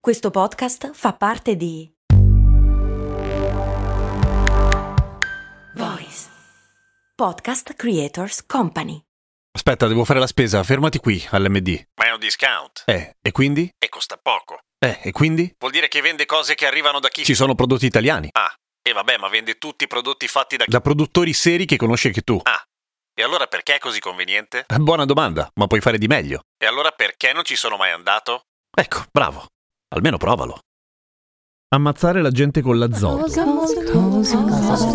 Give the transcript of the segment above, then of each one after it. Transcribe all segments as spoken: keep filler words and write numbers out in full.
Questo podcast fa parte di Voice Podcast Creators Company. Aspetta, devo fare la spesa, fermati qui all'M D. Ma è un discount. Eh, e quindi? E costa poco. Eh, e quindi? Vuol dire che vende cose che arrivano da chi? Ci sono prodotti italiani. Ah, e vabbè, ma vende tutti i prodotti fatti da chi? Da produttori seri che conosci anche tu. Ah, e allora perché è così conveniente? Buona domanda, ma puoi fare di meglio. E allora perché non ci sono mai andato? Ecco, bravo. Almeno provalo. Ammazzare la gente con l'azoto. Cosa molto, cosa, cosa,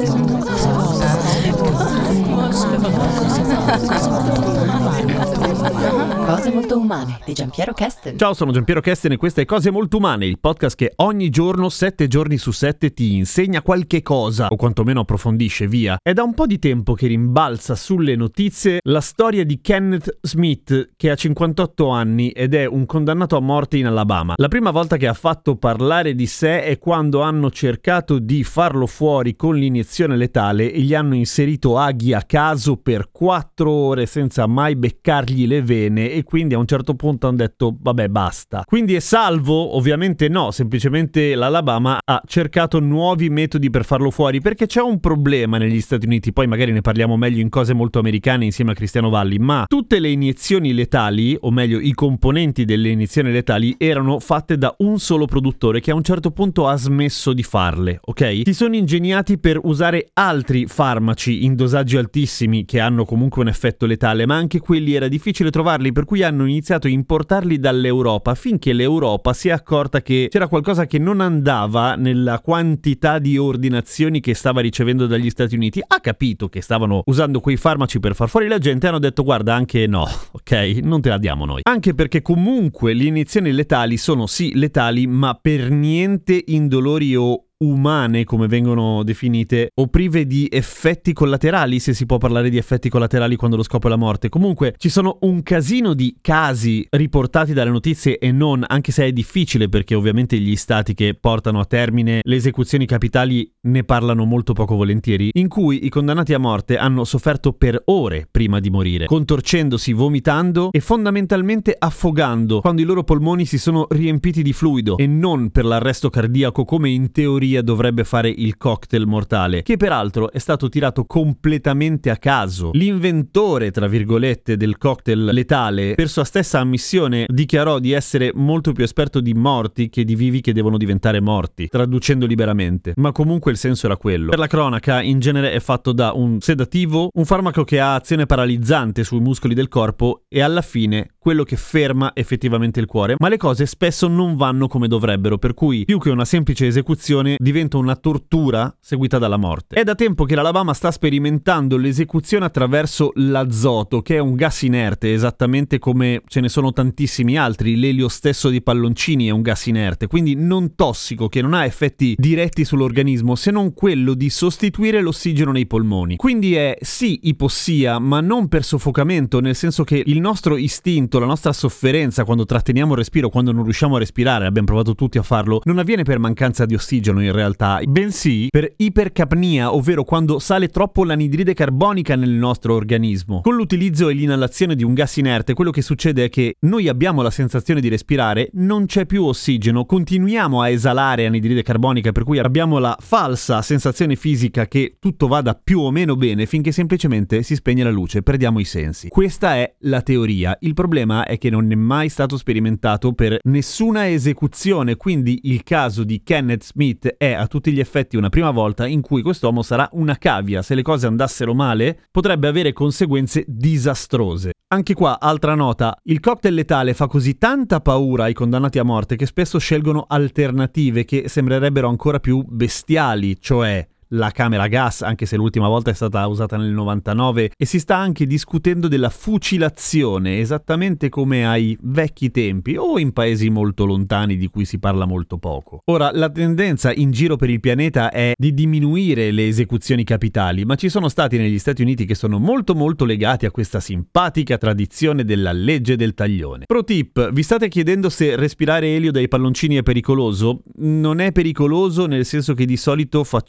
Cose molto umane di Giampiero Kesten. Ciao, sono Giampiero Kesten e questa è Cose molto umane, il podcast che ogni giorno, sette giorni su sette, ti insegna qualche cosa, o quantomeno approfondisce, via. È da un po' di tempo che rimbalza sulle notizie la storia di Kenneth Smith, che ha cinquantotto anni ed è un condannato a morte in Alabama. La prima volta che ha fatto parlare di sé è quando hanno cercato di farlo fuori con l'iniezione letale e gli hanno inserito aghi a caso per quattro ore senza mai beccargli le vene, e quindi a un certo punto hanno detto vabbè basta. Quindi è salvo? Ovviamente no, semplicemente l'Alabama ha cercato nuovi metodi per farlo fuori, perché c'è un problema negli Stati Uniti, poi magari ne parliamo meglio in Cose molto americane insieme a Cristiano Valli, ma tutte le iniezioni letali, o meglio i componenti delle iniezioni letali, erano fatte da un solo produttore che a un certo punto ha smesso di farle, ok? Si sono ingegnati per usare altri farmaci in dosaggi altissimi che hanno comunque un effetto letale, ma anche quelli era difficile trovarli, per cui hanno iniziato a importarli dall'Europa, finché l'Europa si è accorta che c'era qualcosa che non andava nella quantità di ordinazioni che stava ricevendo dagli Stati Uniti. Ha capito che stavano usando quei farmaci per far fuori la gente e hanno detto guarda, anche no, ok? Non te la diamo noi. Anche perché comunque le iniezioni letali sono sì letali, ma per niente indolori o umane, come vengono definite, o prive di effetti collaterali, se si può parlare di effetti collaterali quando lo scopo è la morte. Comunque ci sono un casino di casi riportati dalle notizie e non, anche se è difficile perché ovviamente gli stati che portano a termine le esecuzioni capitali ne parlano molto poco volentieri, in cui i condannati a morte hanno sofferto per ore prima di morire, contorcendosi, vomitando e fondamentalmente affogando quando i loro polmoni si sono riempiti di fluido, e non per l'arresto cardiaco come in teoria dovrebbe fare il cocktail mortale, che peraltro è stato tirato completamente a caso. L'inventore, tra virgolette, del cocktail letale, per sua stessa ammissione, dichiarò di essere molto più esperto di morti che di vivi che devono diventare morti, traducendo liberamente, ma comunque il senso era quello. Per la cronaca, in genere è fatto da un sedativo, un farmaco che ha azione paralizzante sui muscoli del corpo e alla fine quello che ferma effettivamente il cuore, ma le cose spesso non vanno come dovrebbero, per cui più che una semplice esecuzione diventa una tortura seguita dalla morte. È da tempo che l'Alabama sta sperimentando l'esecuzione attraverso l'azoto, che è un gas inerte, esattamente come ce ne sono tantissimi altri. L'elio stesso di palloncini è un gas inerte, quindi non tossico, che non ha effetti diretti sull'organismo se non quello di sostituire l'ossigeno nei polmoni. Quindi è sì ipossia, ma non per soffocamento, nel senso che il nostro istinto, la nostra sofferenza quando tratteniamo il respiro, quando non riusciamo a respirare, abbiamo provato tutti a farlo, non avviene per mancanza di ossigeno in realtà, bensì per ipercapnia, ovvero quando sale troppo l'anidride carbonica nel nostro organismo. Con l'utilizzo e l'inalazione di un gas inerte, quello che succede è che noi abbiamo la sensazione di respirare, non c'è più ossigeno, continuiamo a esalare anidride carbonica, per cui abbiamo la falsa sensazione fisica che tutto vada più o meno bene, finché semplicemente si spegne la luce, perdiamo i sensi. Questa è la teoria. Il problema è che non è mai stato sperimentato per nessuna esecuzione, quindi il caso di Kenneth Smith è a tutti gli effetti una prima volta in cui quest'uomo sarà una cavia. Se le cose andassero male, potrebbe avere conseguenze disastrose. Anche qua, altra nota, il cocktail letale fa così tanta paura ai condannati a morte che spesso scelgono alternative che sembrerebbero ancora più bestiali, cioè la camera a gas, anche se l'ultima volta è stata usata nel novantanove, e si sta anche discutendo della fucilazione, esattamente come ai vecchi tempi o in paesi molto lontani di cui si parla molto poco. Ora, la tendenza in giro per il pianeta è di diminuire le esecuzioni capitali, ma ci sono stati negli Stati Uniti che sono molto molto legati a questa simpatica tradizione della legge del taglione. Pro tip: vi state chiedendo se respirare elio dai palloncini è pericoloso? Non è pericoloso, nel senso che di solito facciamo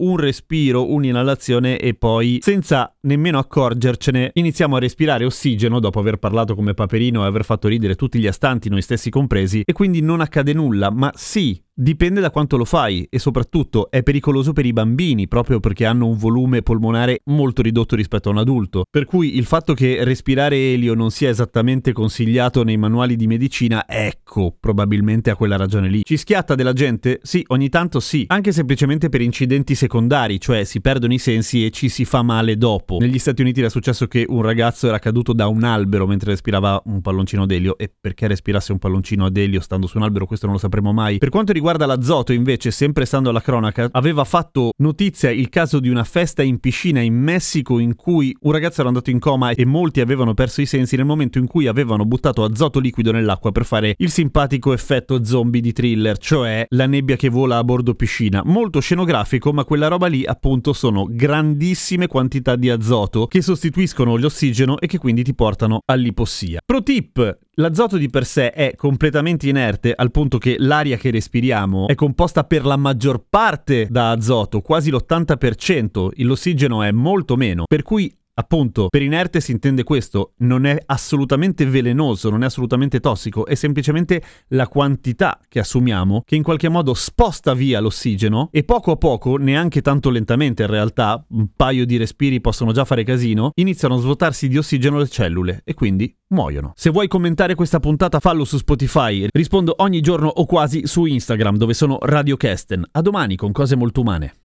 un respiro, un'inalazione e poi, senza nemmeno accorgercene, iniziamo a respirare ossigeno dopo aver parlato come Paperino e aver fatto ridere tutti gli astanti, noi stessi compresi, e quindi non accade nulla, ma sì, dipende da quanto lo fai e soprattutto è pericoloso per i bambini proprio perché hanno un volume polmonare molto ridotto rispetto a un adulto, per cui il fatto che respirare elio non sia esattamente consigliato nei manuali di medicina, ecco, probabilmente ha quella ragione lì. Ci schiatta della gente? Sì, ogni tanto sì, anche semplicemente per incidenti secondari, cioè si perdono i sensi e ci si fa male dopo. Negli Stati Uniti era successo che un ragazzo era caduto da un albero mentre respirava un palloncino d'elio, e perché respirasse un palloncino ad elio stando su un albero questo non lo sapremo mai. Per quanto riguarda Guarda l'azoto invece, sempre stando alla cronaca, aveva fatto notizia il caso di una festa in piscina in Messico in cui un ragazzo era andato in coma e molti avevano perso i sensi nel momento in cui avevano buttato azoto liquido nell'acqua per fare il simpatico effetto zombie di Thriller, cioè la nebbia che vola a bordo piscina. Molto scenografico, ma quella roba lì appunto sono grandissime quantità di azoto che sostituiscono l'ossigeno e che quindi ti portano all'ipossia. Pro tip: l'azoto di per sé è completamente inerte al punto che l'aria che respiriamo è composta per la maggior parte da azoto, quasi l'ottanta per cento, l'ossigeno è molto meno, per cui appunto, per inerte si intende questo, non è assolutamente velenoso, non è assolutamente tossico, è semplicemente la quantità che assumiamo che in qualche modo sposta via l'ossigeno e poco a poco, neanche tanto lentamente in realtà, un paio di respiri possono già fare casino, iniziano a svuotarsi di ossigeno le cellule e quindi muoiono. Se vuoi commentare questa puntata fallo su Spotify, rispondo ogni giorno o quasi su Instagram dove sono Radio Kesten. A domani con cose molto umane.